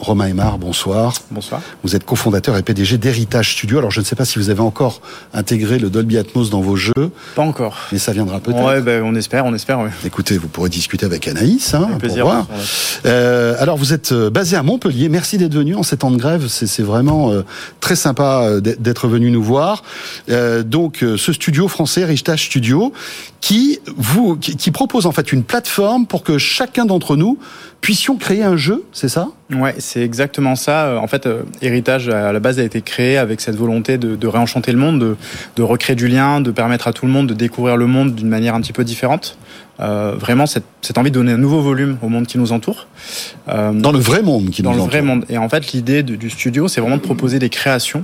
Romain Aymar, bonsoir. Bonsoir. Vous êtes cofondateur et PDG d'Héritage Studio. Alors, je ne sais pas si vous avez encore intégré le Dolby Atmos dans vos jeux. Pas encore. Mais ça viendra peut-être. Ouais, on espère, ouais. Écoutez, vous pourrez discuter avec Anaïs, avec plaisir, pour voir. Alors, vous êtes basé à Montpellier. Merci d'être venu en ces temps de grève. C'est vraiment très sympa d'être venu nous voir. Donc, ce studio français, Héritage Studio, qui propose en fait une plateforme pour que chacun d'entre nous puissions créer un jeu, c'est ça ? Ouais, c'est exactement ça. En fait, Héritage, à la base, a été créé avec cette volonté de réenchanter le monde, de recréer du lien, de permettre à tout le monde de découvrir le monde d'une manière un petit peu différente. Vraiment, cette envie de donner un nouveau volume au monde qui nous entoure. Dans le vrai monde qui nous entoure. Dans le vrai monde. Et en fait, l'idée du studio, c'est vraiment de proposer des créations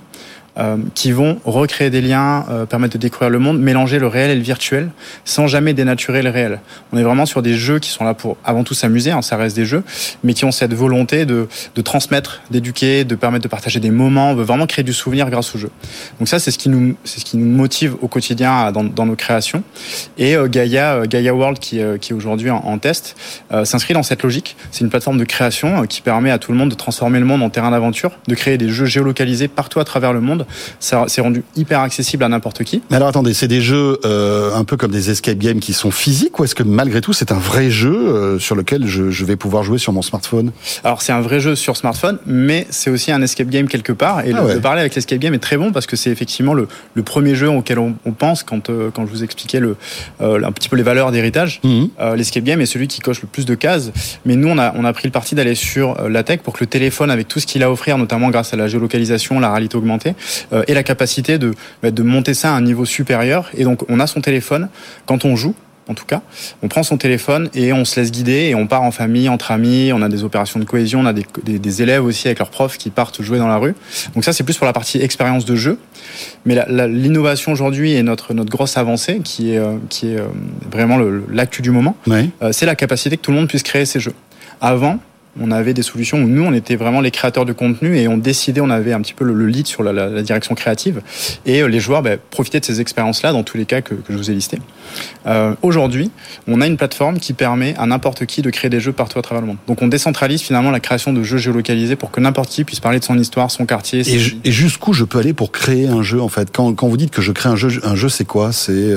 qui vont recréer des liens, permettre de découvrir le monde, mélanger le réel et le virtuel, sans jamais dénaturer le réel. On est vraiment sur des jeux qui sont là pour avant tout s'amuser, ça reste des jeux, mais qui ont cette volonté de transmettre, d'éduquer, de permettre de partager des moments, on veut vraiment créer du souvenir grâce aux jeux. Donc ça, c'est ce qui nous motive au quotidien dans nos créations. Et Gaia World, qui est aujourd'hui en test, s'inscrit dans cette logique. C'est une plateforme de création qui permet à tout le monde de transformer le monde en terrain d'aventure, de créer des jeux géolocalisés partout à travers le monde. Ça s'est rendu hyper accessible à n'importe qui. Mais alors attendez, c'est des jeux un peu comme des escape games qui sont physiques, ou est-ce que malgré tout c'est un vrai jeu sur lequel je vais pouvoir jouer sur mon smartphone ? Alors c'est un vrai jeu sur smartphone, mais c'est aussi un escape game quelque part. Et le parler avec l'escape game est très bon parce que c'est effectivement le premier jeu auquel on pense quand je vous expliquais un petit peu les valeurs d'Héritage. L'escape game est celui qui coche le plus de cases. Mais nous on a pris le parti d'aller sur la tech pour que le téléphone, avec tout ce qu'il a à offrir, notamment grâce à la géolocalisation, la réalité augmentée, et la capacité de monter ça à un niveau supérieur. Et donc on a son téléphone quand on joue. En tout cas, on prend son téléphone et on se laisse guider et on part en famille, entre amis, on a des opérations de cohésion, on a des élèves aussi avec leurs profs qui partent jouer dans la rue. Donc ça, c'est plus pour la partie expérience de jeu. Mais l'innovation aujourd'hui et notre grosse avancée, qui est vraiment l'actu du moment, c'est la capacité que tout le monde puisse créer ses jeux. Avant, on avait des solutions où nous, on était vraiment les créateurs de contenu et on avait un petit peu le lead sur la direction créative. Et les joueurs profitaient de ces expériences-là dans tous les cas que je vous ai listés. Aujourd'hui, on a une plateforme qui permet à n'importe qui de créer des jeux partout à travers le monde. Donc on décentralise finalement la création de jeux géolocalisés pour que n'importe qui puisse parler de son histoire, son quartier. Et jusqu'où je peux aller pour créer un jeu en fait ? Quand vous dites que je crée un jeu, c'est quoi ? C'est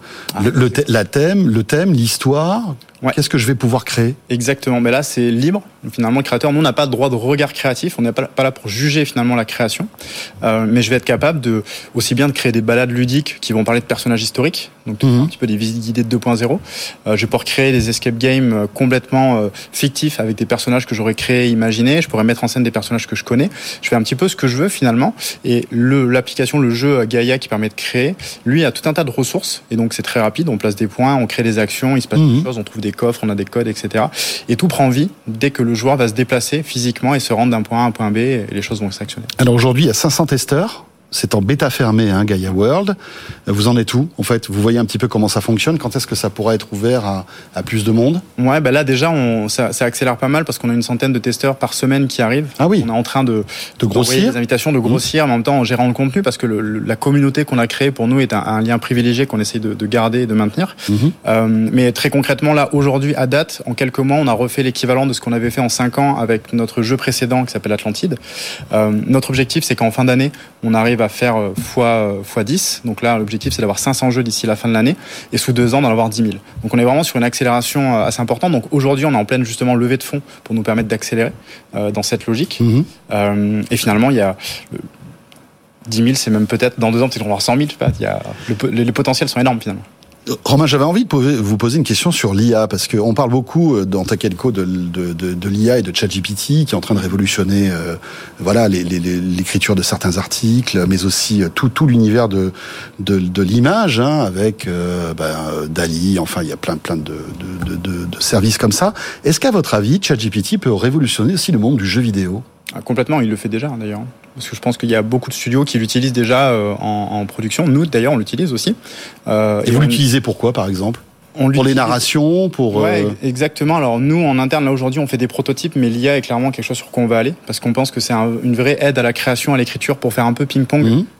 le thème, l'histoire. Ouais. Qu'est-ce que je vais pouvoir créer ? Exactement. Mais là, c'est libre. Finalement, le créateur, nous, on n'a pas de droit de regard créatif. On n'est pas là pour juger finalement la création. Mais je vais être capable aussi bien de créer des balades ludiques qui vont parler de personnages historiques, donc un petit peu des visites guidées de 2.0. Je vais pouvoir créer des escape games complètement fictifs avec des personnages que j'aurais créés, imaginés. Je pourrais mettre en scène des personnages que je connais. Je fais un petit peu ce que je veux finalement. Et l'application, le jeu Gaia qui permet de créer, lui, a tout un tas de ressources. Et donc, c'est très rapide. On place des points, on crée des actions, il se passe des choses, on trouve des coffres, on a des codes, etc. Et tout prend vie dès que le joueur va se déplacer physiquement et se rendre d'un point A à un point B et les choses vont s'actionner. Alors aujourd'hui, il y a 500 testeurs. C'est en bêta fermée, Gaia World. Vous en êtes où ? En fait, vous voyez un petit peu comment ça fonctionne. Quand est-ce que ça pourra être ouvert à plus de monde ? Ouais, là déjà, ça accélère pas mal parce qu'on a une centaine de testeurs par semaine qui arrivent. Ah oui. On est en train de grossir, des invitations, de grossir, mais en même temps en gérant le contenu parce que la communauté qu'on a créée pour nous est un lien privilégié qu'on essaie de garder et de maintenir. Mais très concrètement, là, aujourd'hui, à date, en quelques mois, on a refait l'équivalent de ce qu'on avait fait en 5 ans avec notre jeu précédent qui s'appelle Atlantide. Notre objectif, c'est qu'en fin d'année, on arrive à faire fois 10. Donc là, l'objectif, c'est d'avoir 500 jeux d'ici la fin de l'année et sous 2 ans, d'en avoir 10 000. Donc on est vraiment sur une accélération assez importante. Donc aujourd'hui, on est en pleine justement levée de fonds pour nous permettre d'accélérer dans cette logique. Et finalement, il y a 10 000, c'est même peut-être dans 2 ans, peut-être qu'on va avoir 100 000. Je sais pas, les potentiels sont énormes finalement. Romain, j'avais envie de vous poser une question sur l'IA, parce qu'on parle beaucoup dans Tech & Co de l'IA et de ChatGPT qui est en train de révolutionner l'écriture de certains articles, mais aussi tout l'univers de l'image, avec DALL-E, enfin il y a plein de services comme ça. Est-ce qu'à votre avis, ChatGPT peut révolutionner aussi le monde du jeu vidéo ? Complètement, il le fait déjà d'ailleurs. Parce que je pense qu'il y a beaucoup de studios qui l'utilisent déjà en production. Nous, d'ailleurs, on l'utilise aussi. Et vous l'utilisez pourquoi, par exemple ? Pour les narrations, Ouais, exactement. Alors nous, en interne, là aujourd'hui, on fait des prototypes, mais l'IA est clairement quelque chose sur quoi on va aller, parce qu'on pense que c'est une vraie aide à la création, à l'écriture, pour faire un peu ping-pong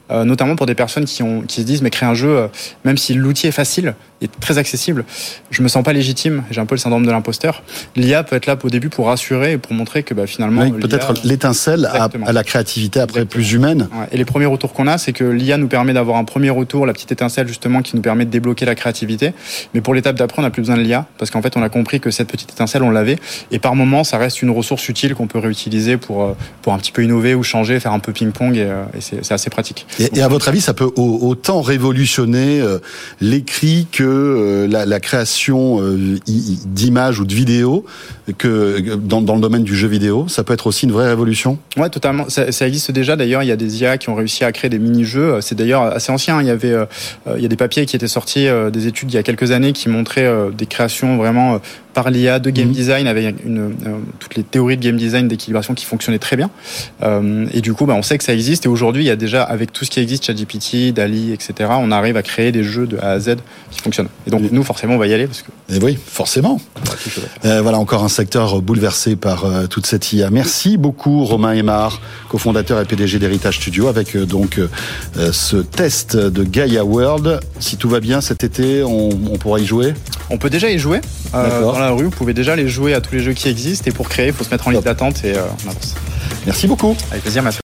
notamment pour des personnes qui se disent mais créer un jeu, même si l'outil est facile et très accessible, je me sens pas légitime, j'ai un peu le syndrome de l'imposteur. L'IA peut être là au début pour rassurer et pour montrer que finalement... Oui, peut-être l'étincelle à la créativité après plus humaine. Ouais. Et les premiers retours qu'on a, c'est que l'IA nous permet d'avoir un premier retour, la petite étincelle justement qui nous permet de débloquer la créativité. Mais pour l'étape d'après, on n'a plus besoin de l'IA parce qu'en fait, on a compris que cette petite étincelle, on l'avait. Et par moment, ça reste une ressource utile qu'on peut réutiliser pour un petit peu innover ou changer, faire un peu ping-pong et c'est assez pratique. Et à votre avis, ça peut autant révolutionner l'écrit que la création d'images ou de vidéos que dans le domaine du jeu vidéo? Ça peut être aussi une vraie révolution? Ouais, totalement. Ça existe déjà. D'ailleurs, il y a des IA qui ont réussi à créer des mini-jeux. C'est d'ailleurs assez ancien. Il y a des papiers qui étaient sortis, des études il y a quelques années qui montraient des créations vraiment par l'IA de game design avec toutes les théories de game design d'équilibration qui fonctionnaient très bien. Et du coup, on sait que ça existe. Et aujourd'hui, il y a déjà, avec tout ce qui existe, ChatGPT, DALL-E, etc., on arrive à créer des jeux de A à Z qui fonctionnent. Et donc, nous, forcément, on va y aller parce que. Et oui, forcément. Voilà encore un secteur bouleversé par toute cette IA. Merci beaucoup, Romain Aymard, cofondateur et PDG d'Héritage Studio, avec ce test de Gaia World. Si tout va bien cet été, on pourra y jouer? On peut déjà y jouer. Dans la rue, vous pouvez déjà les jouer à tous les jeux qui existent. Et pour créer, il faut se mettre en liste d'attente et on avance. Merci beaucoup. Avec plaisir, Mathieu.